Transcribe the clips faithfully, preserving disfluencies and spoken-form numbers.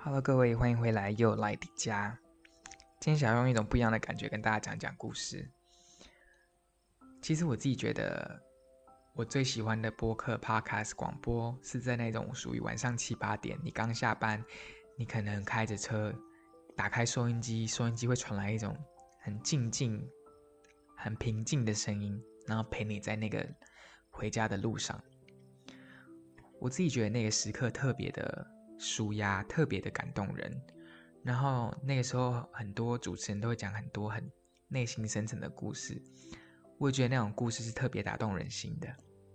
Hello，各位，欢迎回来又来迪家。今天想要用一种不一样的感觉跟大家讲讲故事。其实我自己觉得，我最喜欢的播客 podcast 广播是在那种属于晚上七八点，你刚下班，你可能开着车，打开收音机，收音机会传来一种很静静、很平静的声音，然后陪你在那个回家的路上。我自己觉得那个时刻特别的舒压，特别的感动人。然后那个时候，很多主持人都会讲很多很内心深层的故事，我也觉得那种故事是特别打动人心的。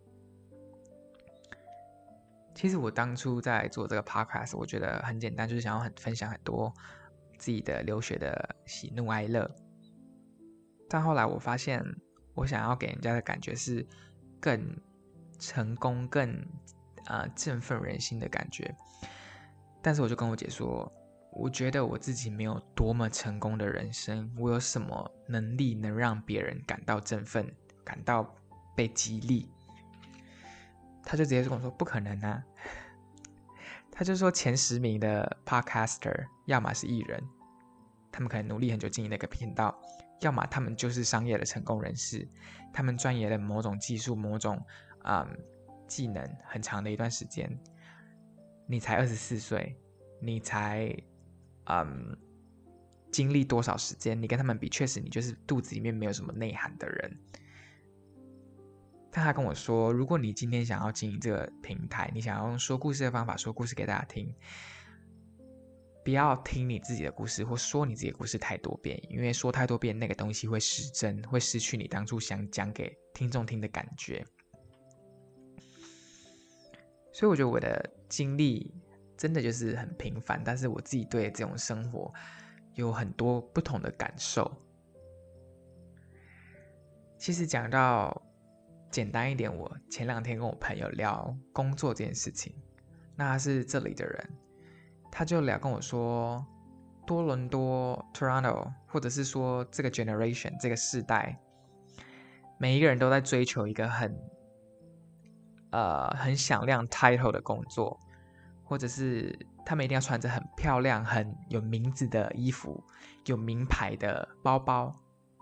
其实我当初在做这个 podcast， 我觉得很简单，就是想要很分享很多自己的留学的喜怒哀乐。但后来我发现，我想要给人家的感觉是更成功、更呃振奋人心的感觉。但是我就跟我姐说，我觉得我自己没有多么成功的人生，我有什么能力能让别人感到振奋，感到被激励？他就直接跟我说不可能啊。他就说前十名的 podcaster 要么是艺人，他们可能努力很久经营那个频道，要么他们就是商业的成功人士，他们钻研了某种技术、某种、嗯、技能很长的一段时间。你才二十四岁，你才嗯经历多少时间？你跟他们比，确实你就是肚子里面没有什么内涵的人。但他跟我说，如果你今天想要经营这个平台，你想要用说故事的方法说故事给大家听，不要听你自己的故事或说你自己的故事太多遍，因为说太多遍那个东西会失真，会失去你当初想讲给听众听的感觉。所以我觉得我的经历真的就是很平凡，但是我自己对这种生活有很多不同的感受。其实讲到简单一点，我前两天跟我朋友聊工作这件事情，那他是这里的人，他就聊跟我说，多伦多 Toronto 或者是说这个 generation 这个世代，每一个人都在追求一个很呃很响亮 title 的工作，或者是他们一定要穿着很漂亮很有名字的衣服，有名牌的包包，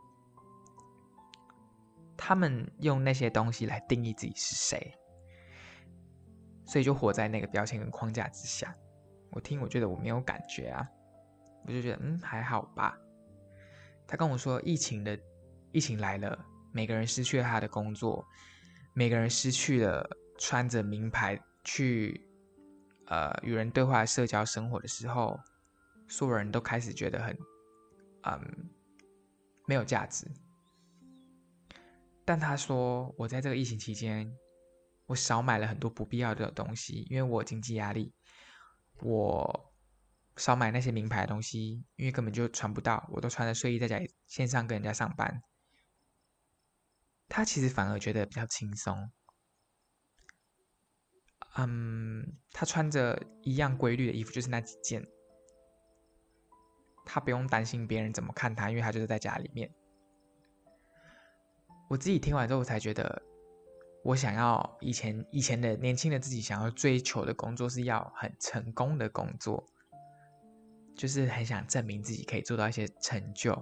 他们用那些东西来定义自己是谁，所以就活在那个标签跟框架之下。我听我觉得我没有感觉啊，我就觉得嗯还好吧。他跟我说疫情的疫情来了，每个人失去了他的工作，每个人失去了穿着名牌去呃与人对话社交生活的时候，所有人都开始觉得很嗯没有价值。但他说我在这个疫情期间，我少买了很多不必要的东西，因为我有经济压力，我少买那些名牌的东西，因为根本就穿不到，我都穿着睡衣在家里线上跟人家上班。他其实反而觉得比较轻松，嗯，他穿着一样规律的衣服，就是那几件，他不用担心别人怎么看他，因为他就是在家里面。我自己听完之后，我才觉得，我想要以前以前的年轻的自己想要追求的工作是要很成功的工作，就是很想证明自己可以做到一些成就。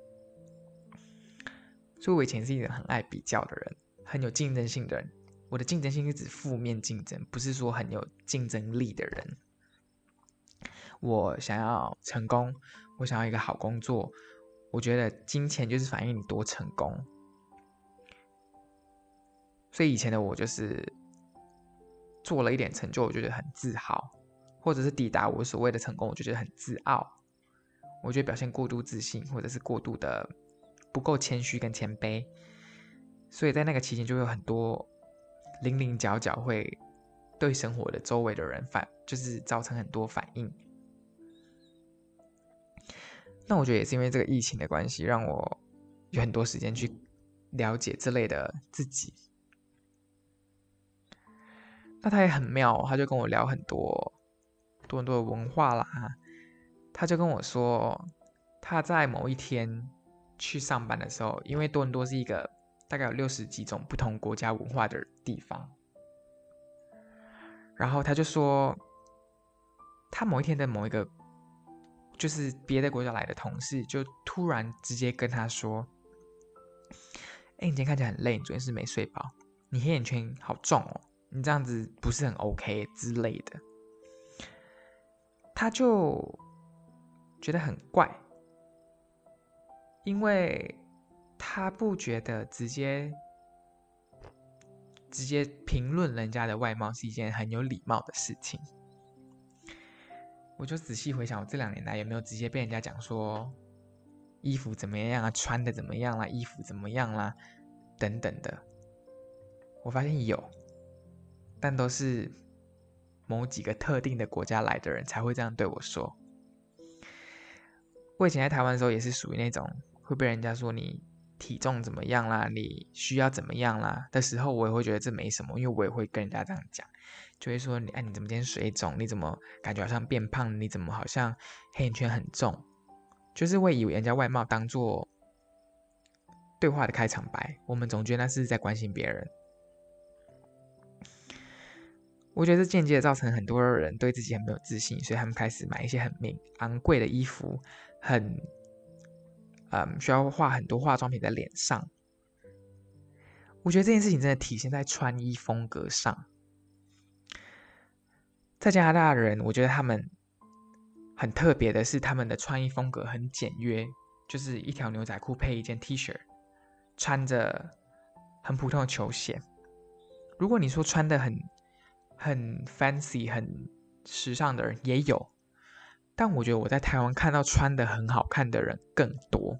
所以我以前是一个很爱比较的人，很有竞争性的人。我的竞争性是指负面竞争，不是说很有竞争力的人。我想要成功，我想要一个好工作，我觉得金钱就是反映你多成功。所以以前的我就是做了一点成就，我觉得很自豪，或者是抵达我所谓的成功，我就觉得很自傲。我觉得表现过度自信，或者是过度的不够谦虚跟谦卑，所以在那个期间就会有很多零零角角会对生活的周围的人反，就是造成很多反应。那我觉得也是因为这个疫情的关系，让我有很多时间去了解这类的自己。那他也很妙，他就跟我聊很多多很多的文化啦。他就跟我说，他在某一天去上班的时候，因为多伦多是一个大概有六十几种不同国家文化的地方，然后他就说，他某一天的某一个就是别的国家来的同事就突然直接跟他说：“哎，你今天看起来很累，你昨天是没睡饱，你黑眼圈好重哦，你这样子不是很 OK 之类的。”他就觉得很怪，因为他不觉得直接直接评论人家的外貌是一件很有礼貌的事情。我就仔细回想，我这两年来有没有直接被人家讲说衣服怎么样啊，穿的怎么样啦，衣服怎么样啦，等等的。我发现有，但都是某几个特定的国家来的人才会这样对我说。我以前在台湾的时候也是属于那种会被人家说你体重怎么样啦，你需要怎么样啦的时候，我也会觉得这没什么，因为我也会跟人家这样讲，就会说你哎你怎么今天水肿，你怎么感觉好像变胖，你怎么好像黑眼圈很重，就是会以为人家外貌当做对话的开场白，我们总觉得那是在关心别人。我觉得这间接的造成很多人对自己很没有自信，所以他们开始买一些很名昂贵的衣服，很嗯需要画很多化妆品在脸上。我觉得这件事情真的体现在穿衣风格上。在加拿大的人，我觉得他们很特别的是，他们的穿衣风格很简约，就是一条牛仔裤配一件 T 恤，穿着很普通的球鞋。如果你说穿的很很 fancy 很时尚的人也有，但我觉得我在台湾看到穿的很好看的人更多。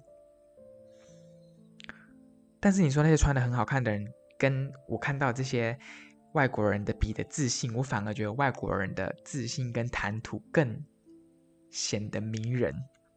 但是你说那些穿的很好看的人跟我看到这些外国人的比的自信，我反而觉得外国人的自信跟谈吐更显得迷人。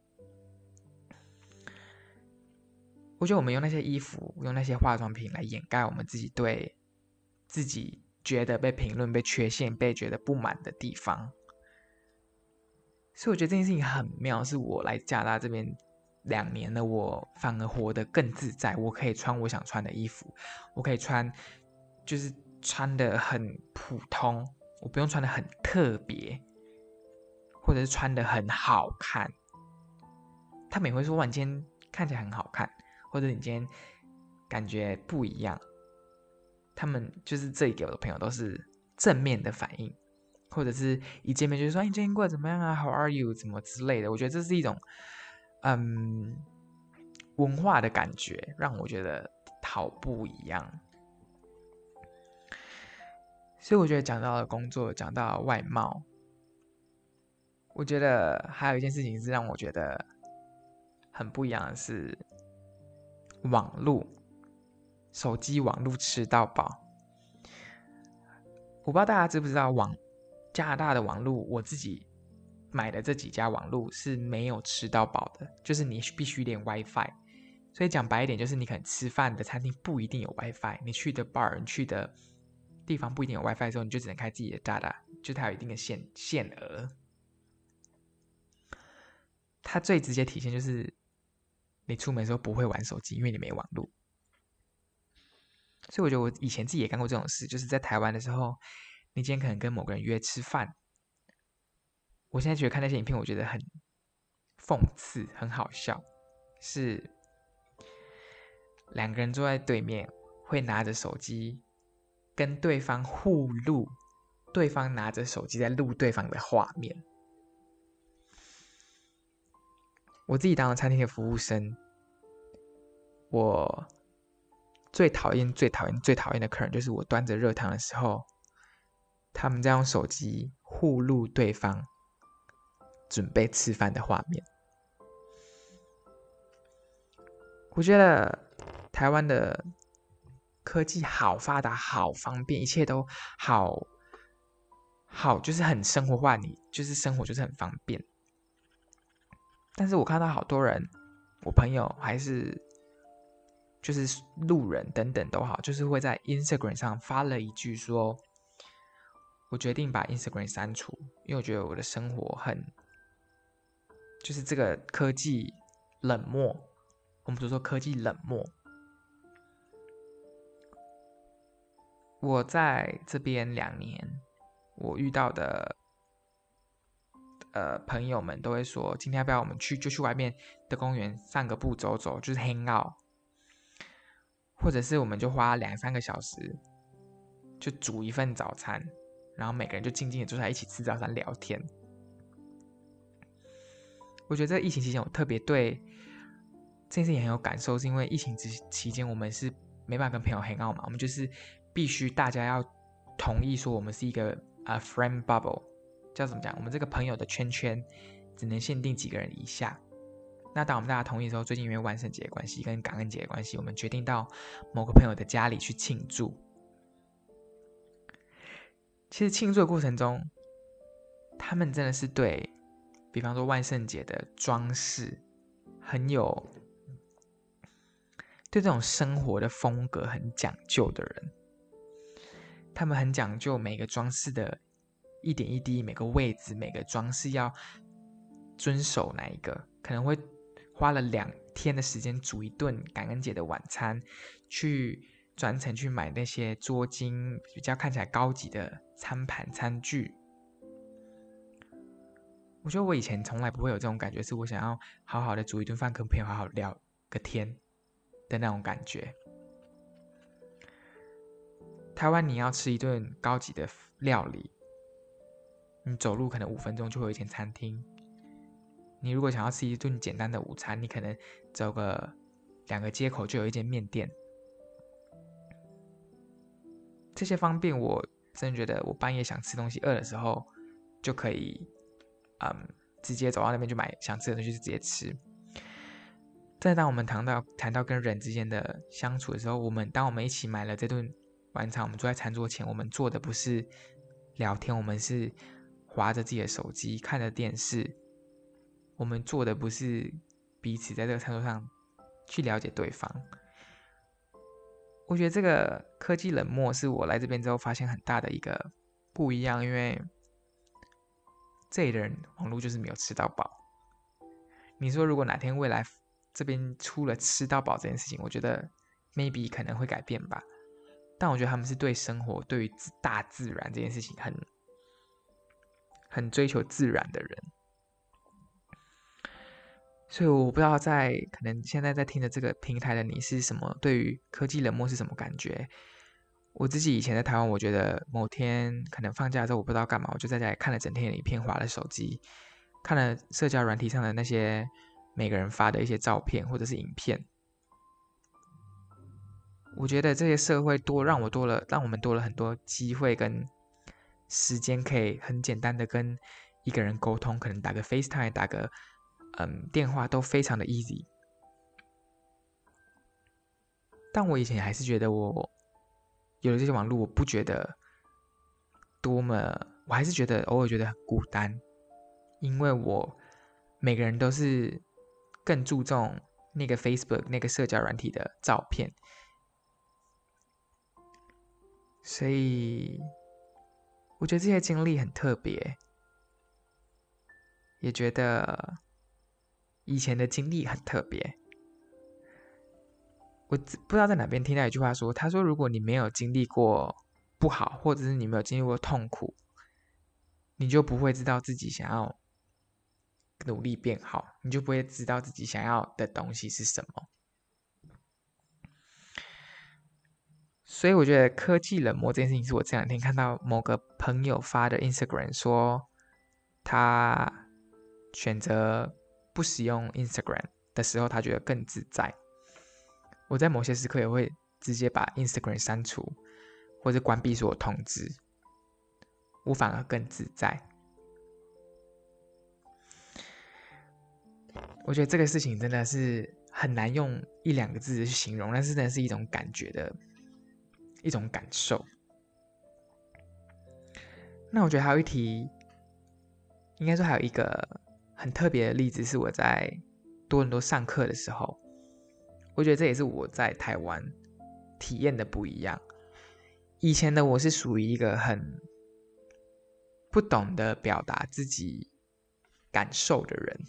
我觉得我们用那些衣服用那些化妆品来掩盖我们自己对自己觉得被评论被缺陷被觉得不满的地方，所以我觉得这件事情很妙，是我来加拿大这边两年了，我反而活得更自在，我可以穿我想穿的衣服，我可以穿就是穿得很普通，我不用穿得很特别，或者是穿得很好看。他们也会说哇你今天看起来很好看，或者你今天感觉不一样，他们就是这里给我的朋友都是正面的反应，或者是一见面就是说、哎、你最近过得怎么样啊 How are you 怎么之类的。我觉得这是一种嗯文化的感觉，让我觉得好不一样。所以我觉得讲到了工作，讲到了外貌，我觉得还有一件事情是让我觉得很不一样的是网路，手机网路吃到饱。我不知道大家知不知道网加拿大的网路，我自己买的这几家网路是没有吃到饱的，就是你必须连 WiFi。所以讲白一点，就是你可能吃饭的餐厅不一定有 WiFi， 你去的 bar 你去的地方不一定有 WiFi 的时候，你就只能开自己的 data， 就它有一定的限限额。它最直接体现就是你出门的时候不会玩手机，因为你没网路。所以我觉得我以前自己也干过这种事，就是在台湾的时候，你今天可能跟某个人约吃饭，我现在觉得看那些影片，我觉得很讽刺，很好笑，是两个人坐在对面，会拿着手机跟对方互录，对方拿着手机在录对方的画面。我自己当了餐厅的服务生，我最讨厌、最讨厌、最讨厌的客人，就是我端着热汤的时候，他们在用手机互录对方准备吃饭的画面。我觉得台湾的科技好发达，好方便，一切都好好，就是很生活化，你就是生活就是很方便。但是我看到好多人，我朋友还是就是路人等等都好，就是会在 Instagram 上发了一句说，我决定把 Instagram 删除，因为我觉得我的生活很，就是这个科技冷漠。我们都说科技冷漠。我在这边两年，我遇到的呃朋友们都会说，今天要不要我们去就去外面的公园散个步走走，就是 hang out，或者是我们就花两三个小时就煮一份早餐，然后每个人就静静的坐下来一起吃早餐聊天。我觉得这个疫情期间我特别对这件事情很有感受，是因为疫情期间我们是没办法跟朋友 hang out 嘛，我们就是必须大家要同意说我们是一个、uh, friend bubble， 叫怎么讲？我们这个朋友的圈圈只能限定几个人以下。那当我们大家同意的时候，最近因为万圣节的关系跟感恩节的关系，我们决定到某个朋友的家里去庆祝。其实庆祝的过程中，他们真的是对，比方说万圣节的装饰很有，对这种生活的风格很讲究的人。他们很讲究每个装饰的一点一滴，每个位置，每个装饰要遵守哪一个，可能会花了两天的时间煮一顿感恩节的晚餐，去专程去买那些桌巾，比较看起来高级的餐盘餐具。我觉得我以前从来不会有这种感觉，是我想要好好的煮一顿饭，跟朋友好好聊个天的那种感觉。台湾你要吃一顿高级的料理，你走路可能五分钟就会有一间餐厅。你如果想要吃一顿简单的午餐，你可能走个两个街口就有一间面店。这些方便我真的觉得我半夜想吃东西饿的时候就可以、嗯、直接走到那边就买想吃的东西就直接吃。但当我们谈到谈到跟人之间的相处的时候，我们当我们一起买了这顿晚餐，我们坐在餐桌前，我们做的不是聊天，我们是滑着自己的手机看着电视，我们做的不是彼此在这个餐桌上去了解对方。我觉得这个科技冷漠是我来这边之后发现很大的一个不一样，因为这里的人网络就是没有吃到饱。你说如果哪天未来这边出了吃到饱这件事情，我觉得 maybe 可能会改变吧。但我觉得他们是对生活、对于大自然这件事情很很追求自然的人。所以我不知道在可能现在在听的这个平台的你是什么，对于科技冷漠是什么感觉？我自己以前在台湾，我觉得某天可能放假的时候我不知道干嘛，我就在家里看了整天的影片，滑了手机，看了社交软体上的那些每个人发的一些照片或者是影片。我觉得这些社会多让我多了，让我们多了很多机会跟时间，可以很简单的跟一个人沟通，可能打个 FaceTime， 打个嗯电话都非常的 easy。但我以前还是觉得我有了这些网络，我不觉得多么，我还是觉得偶尔觉得很孤单，因为我每个人都是更注重那个 Facebook 那个社交软体的照片，所以我觉得这些经历很特别，也觉得以前的经历很特别。我不知道在哪边听到一句话说，他说如果你没有经历过不好，或者是你没有经历过痛苦，你就不会知道自己想要努力变好，你就不会知道自己想要的东西是什么。所以我觉得科技冷漠这件事情是我这两天看到某个朋友发的 Instagram 说他选择不使用 Instagram 的时候他觉得更自在。我在某些时刻也会直接把 Instagram 删除或者关闭所有通知，我反而更自在。我觉得这个事情真的是很难用一两个字去形容，但是真的是一种感觉的一种感受。那我觉得还有一题，应该说还有一个很特别的例子，是我在多伦多上课的时候，我觉得这也是我在台湾体验的不一样。以前的我是属于一个很不懂得表达自己感受的人。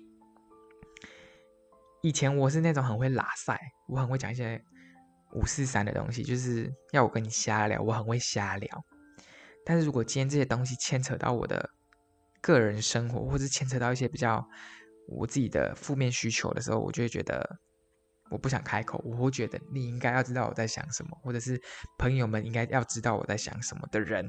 以前我是那种很会拉塞，我很会讲一些五四三的东西，就是要我跟你瞎聊，我很会瞎聊。但是如果今天这些东西牵扯到我的个人生活，或是牵扯到一些比较我自己的负面需求的时候，我就会觉得我不想开口，我会觉得你应该要知道我在想什么，或者是朋友们应该要知道我在想什么的人。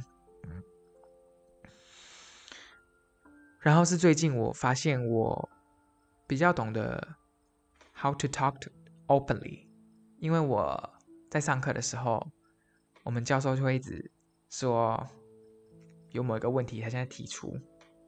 然后是最近我发现我比较懂得 how to talk to openly， 因为我在上课的时候，我们教授就会一直说有某一个问题他现在提出，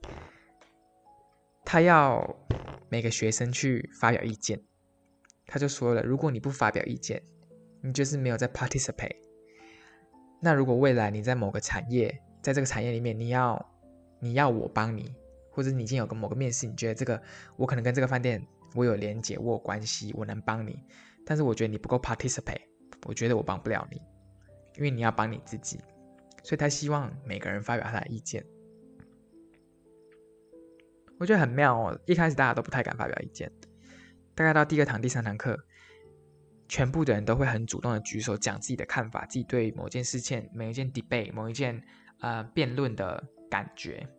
他要每个学生去发表意见，他就说了，如果你不发表意见，你就是没有在 participate。 那如果未来你在某个产业，在这个产业里面，你要你要我帮你，或者你已经有个某个面试，你觉得这个我可能跟这个饭店我有连结，我有关系，我能帮你，但是我觉得你不够 participate， 我觉得我帮不了你，因为你要帮你自己，所以他希望每个人发表他的意见。我觉得很妙哦，一开始大家都不太敢发表意见，大概到第二堂第三堂课，全部的人都会很主动的举手讲自己的看法，自己对某件事情、某一件 debate、某一件呃辩论的感觉。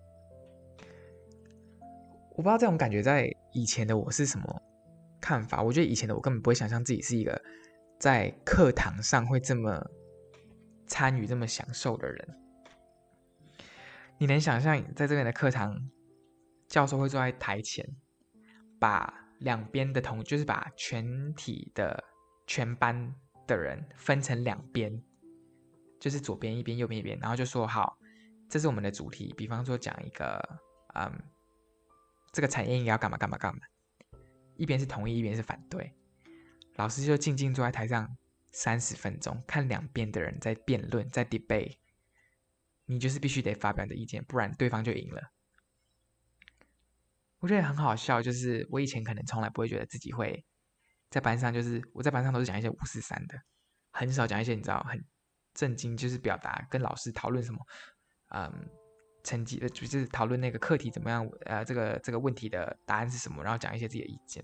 我不知道这种感觉在以前的我是什么看法，我觉得以前的我根本不会想象自己是一个在课堂上会这么参与、这么享受的人。你能想象在这边的课堂，教授会坐在台前，把两边的同，就是把全体的全班的人分成两边，就是左边一边，右边一边，然后就说好，这是我们的主题，比方说讲一个，嗯，这个产业应该要干嘛干嘛干嘛，一边是同意，一边是反对，老师就静静坐在台上三十分钟，看两边的人在辩论，在 debate， 你就是必须得发表你的意见，不然对方就赢了。我觉得很好笑，就是我以前可能从来不会觉得自己会在班上，就是我在班上都是讲一些五四三的，很少讲一些你知道很正经，就是表达跟老师讨论什么，嗯，成绩的，就是讨论那个课题怎么样，呃，这个这个问题的答案是什么，然后讲一些自己的意见。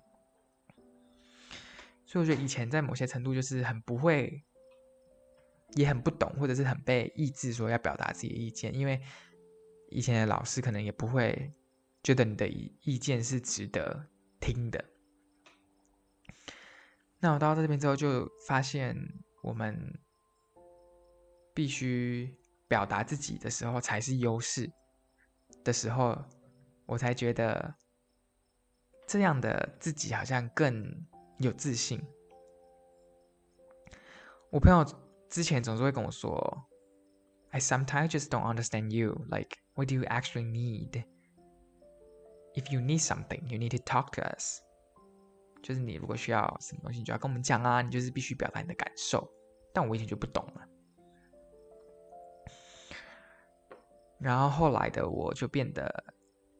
所以我觉得以前在某些程度就是很不会，也很不懂，或者是很被抑制说要表达自己的意见，因为以前的老师可能也不会觉得你的意见是值得听的。那我到这边之后就发现，我们必须表达自己的时候才是优势的时候，我才觉得这样的自己好像更有自信。我朋友之前总是会跟我说 I sometimes just don't understand you. Like, what do you actually need? If you need something, you need to talk to us. 就是你如果需要什么东西，你就要跟我们讲啊，你就是必须表达你的感受。但我以前就不懂了。然后后来的我就变得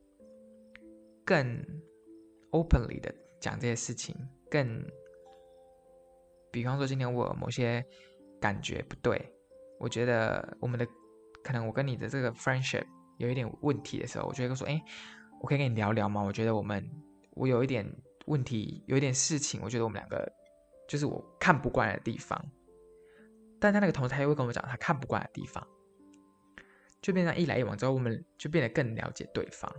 更 openly 的讲这些事情，更，比方说今天我有某些感觉不对，我觉得我们的可能我跟你的这个 friendship 有一点问题的时候，我就会说，哎，我可以跟你聊聊吗？我觉得我们我有一点问题，有一点事情，我觉得我们两个就是我看不惯的地方。但他那个同事他又会跟我讲他看不惯的地方，就变成一来一往之后，我们就变得更了解对方。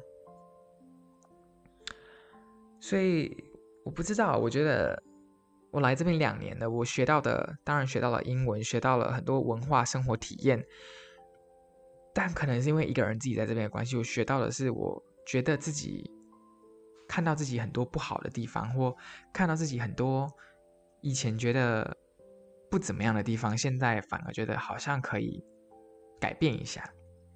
所以我不知道，我觉得我来这边两年了，我学到的当然学到了英文，学到了很多文化生活体验，但可能是因为一个人自己在这边的关系，我学到的是我觉得自己看到自己很多不好的地方，或看到自己很多以前觉得不怎么样的地方，现在反而觉得好像可以改变一下。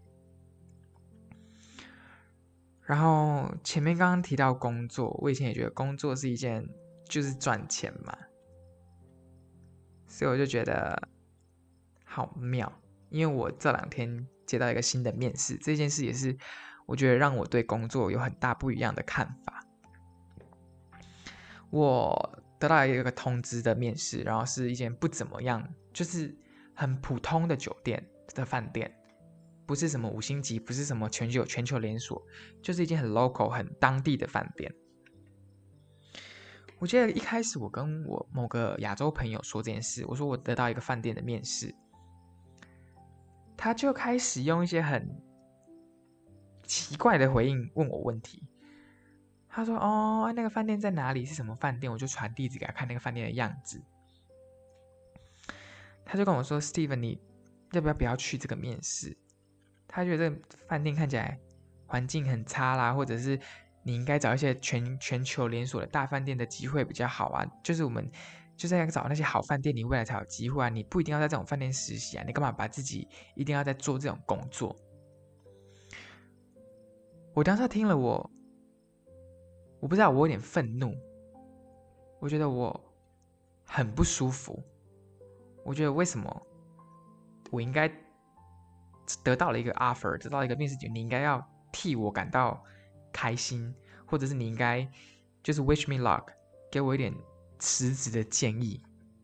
然后前面刚刚提到工作，我以前也觉得工作是一件就是赚钱嘛，所以我就觉得好妙。因为我这两天接到一个新的面试，这件事也是我觉得让我对工作有很大不一样的看法。我得到一个通知的面试，然后是一间不怎么样，就是很普通的酒店的饭店，不是什么五星级，不是什么全球全球连锁，就是一间很 local 很当地的饭店。我记得一开始我跟我某个亚洲朋友说这件事，我说我得到一个饭店的面试，他就开始用一些很奇怪的回应问我问题。他说：“哦，那个饭店在哪里？是什么饭店？”我就传地址给他看那个饭店的样子。他就跟我说 ：“Steven， 你要不要不要去这个面试？他觉得这个饭店看起来环境很差啦，或者是你应该找一些全全球连锁的大饭店的机会比较好啊。就是我们就是要找那些好饭店，你未来才有机会啊。你不一定要在这种饭店实习啊，你干嘛把自己一定要在做这种工作？”我当时听了我，我不知道，我有点愤怒，我觉得我很不舒服。我觉得为什么我应该得到了一个 offer， 得到了一个面试机会，你应该要替我感到开心，或者是你应该就是 wish me luck， 给我一点实质的建议。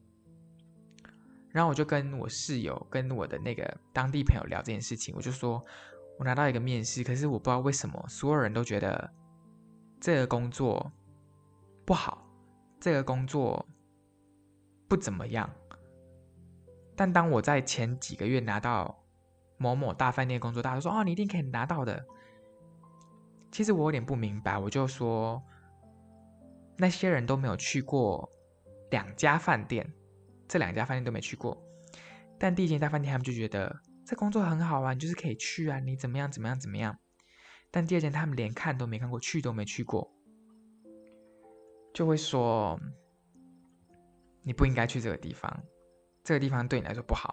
然后我就跟我室友跟我的那个当地朋友聊这件事情，我就说我拿到一个面试，可是我不知道为什么所有人都觉得这个工作不好，这个工作不怎么样。但当我在前几个月拿到某某大饭店工作，大家都说哦，你一定可以拿到的。其实我有点不明白，我就说那些人都没有去过两家饭店，这两家饭店都没去过。但第一间大饭店他们就觉得这工作很好啊，你就是可以去啊，你怎么样怎么样怎么样。但第二间他们连看都没看过，去都没去过，就会说你不应该去这个地方，这个地方对你来说不好。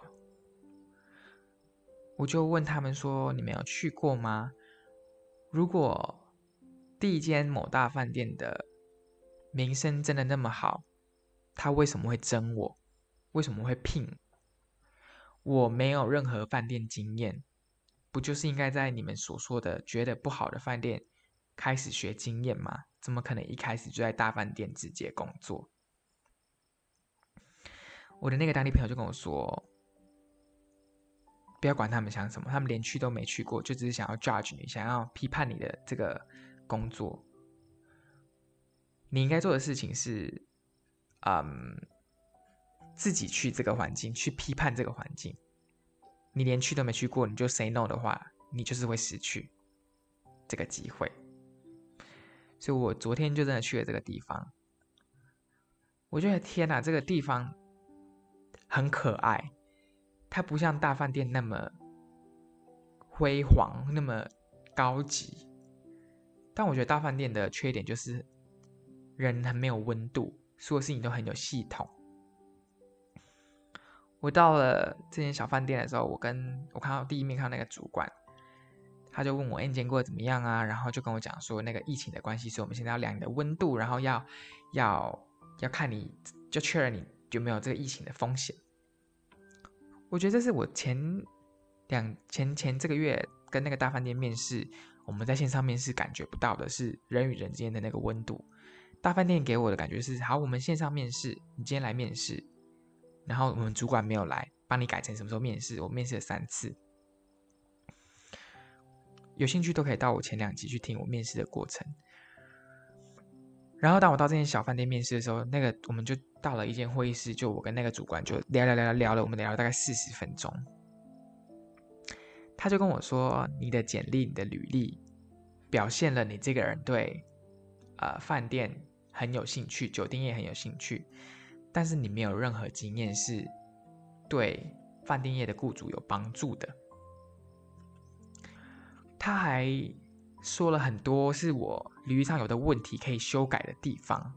我就问他们说：“你们有去过吗？如果第一间某大饭店的名声真的那么好，他为什么会征我？为什么会聘我？我没有任何饭店经验，不就是应该在你们所说的觉得不好的饭店开始学经验吗？怎么可能一开始就在大饭店直接工作？”我的那个当地朋友就跟我说：“不要管他们想什么，他们连去都没去过，就只是想要 judge 你，想要批判你的这个工作。你应该做的事情是，嗯，自己去这个环境，去批判这个环境。你连去都没去过，你就 say no 的话，你就是会失去这个机会。所以我昨天就真的去了这个地方，我觉得天哪，这个地方很可爱，它不像大饭店那么辉煌，那么高级。但我觉得大饭店的缺点就是人很没有温度，所有事情都很有系统。我到了这间小饭店的时候，我跟我看到第一面看到那个主管，他就问我案件过得怎么样啊，然后就跟我讲说那个疫情的关系，所以我们现在要量你的温度，然后要要要看你就确认你有没有这个疫情的风险。我觉得这是我前两前前这个月跟那个大饭店面试，我们在线上面试感觉不到的是人与人之间的那个温度。大饭店给我的感觉是，好，我们线上面试，你今天来面试，然后我们主管没有来，帮你改成什么时候面试，我面试了三次。有兴趣都可以到我前两集去听我面试的过程。然后当我到这间小饭店面试的时候，那个我们就到了一间会议室，就我跟那个主管就聊聊聊聊了，我们聊了大概四十分钟。他就跟我说：“你的简历、你的履历表现了你这个人对呃饭店很有兴趣，酒店业很有兴趣，但是你没有任何经验是对饭店业的雇主有帮助的。”他还说了很多是我履历上有的问题可以修改的地方。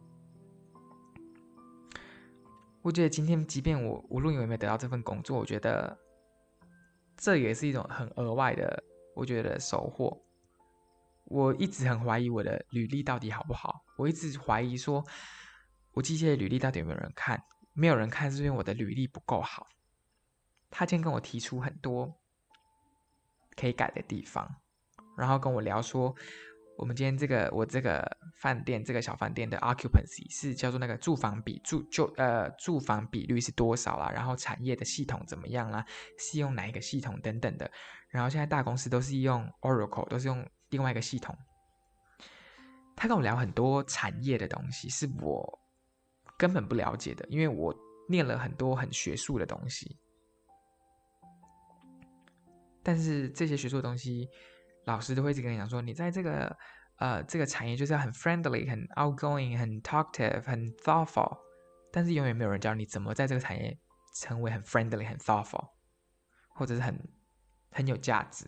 我觉得今天即便我无论有没有得到这份工作，我觉得这也是一种很额外的，我觉得收获。我一直很怀疑我的履历到底好不好，我一直怀疑说我寄些的履历到底有没有人看，没有人看是因为我的履历不够好。他今天跟我提出很多可以改的地方，然后跟我聊说，我们今天这个我这个饭店这个小饭店的 occupancy 是叫做那个住房比住就呃住房比率是多少啦，然后产业的系统怎么样啦，是用哪一个系统等等的。然后现在大公司都是用 Oracle， 都是用另外一个系统。他跟我聊很多产业的东西，是我根本不了解的，因为我念了很多很学术的东西。但是这些学术的东西， 老师都会一直跟你讲说，你在这个呃这个产业就是要很 friendly、很 outgoing、很 talkative、很 thoughtful， 但是永远没有人教你怎么在这个产业成为很 friendly、很 thoughtful， 或者是很很有价值。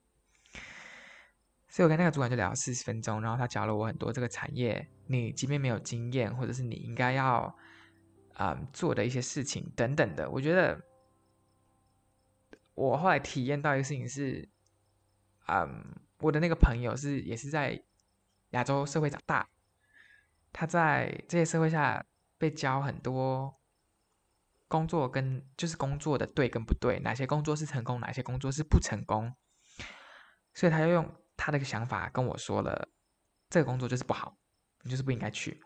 所以我跟那个主管就聊了四十分钟，然后他教了我很多这个产业，你即便没有经验，或者是你应该要嗯做的一些事情等等的。我觉得我后来体验到一个事情是，嗯，我的那个朋友是也是在亚洲社会长大，他在这些社会下被教很多工作跟就是工作的对跟不对，哪些工作是成功，哪些工作是不成功，所以他就用他的想法跟我说了，这个工作就是不好，你就是不应该去。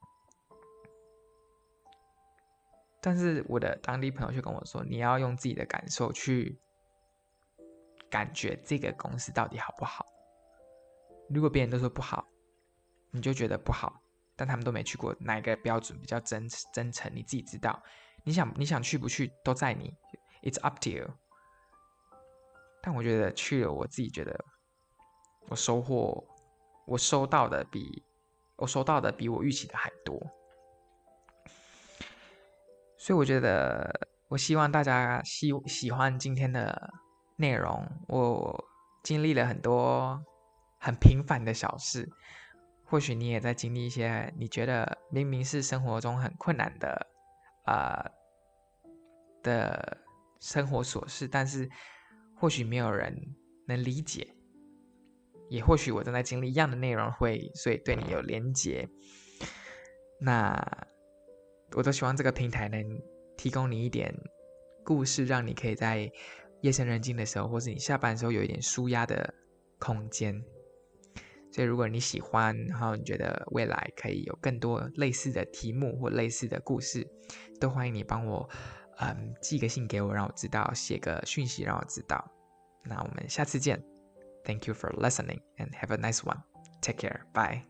但是我的当地朋友却跟我说，你要用自己的感受去感觉这个公司到底好不好。如果别人都说不好，你就觉得不好，但他们都没去过，哪一个标准比较真真诚，你自己知道。你想你想去不去都在你 ，It's up to you。但我觉得去了，我自己觉得我收获，我收到的比我收到的比我预期的还多。所以我觉得，我希望大家喜喜欢今天的内容。我经历了很多很平凡的小事，或许你也在经历一些你觉得明明是生活中很困难的啊、呃、的生活琐事，但是或许没有人能理解，也或许我正在经历一样的内容会，所以对你有连结。那我都希望这个平台能提供你一点故事，让你可以在夜深人静的时候，或是你下班的时候有一点抒压的空间。所以如果你喜欢，然后你觉得未来可以有更多类似的题目或类似的故事，都欢迎你帮我嗯寄个信给我，让我知道，写个讯息让我知道。那我们下次见。Thank you for listening and have a nice one. Take care. Bye.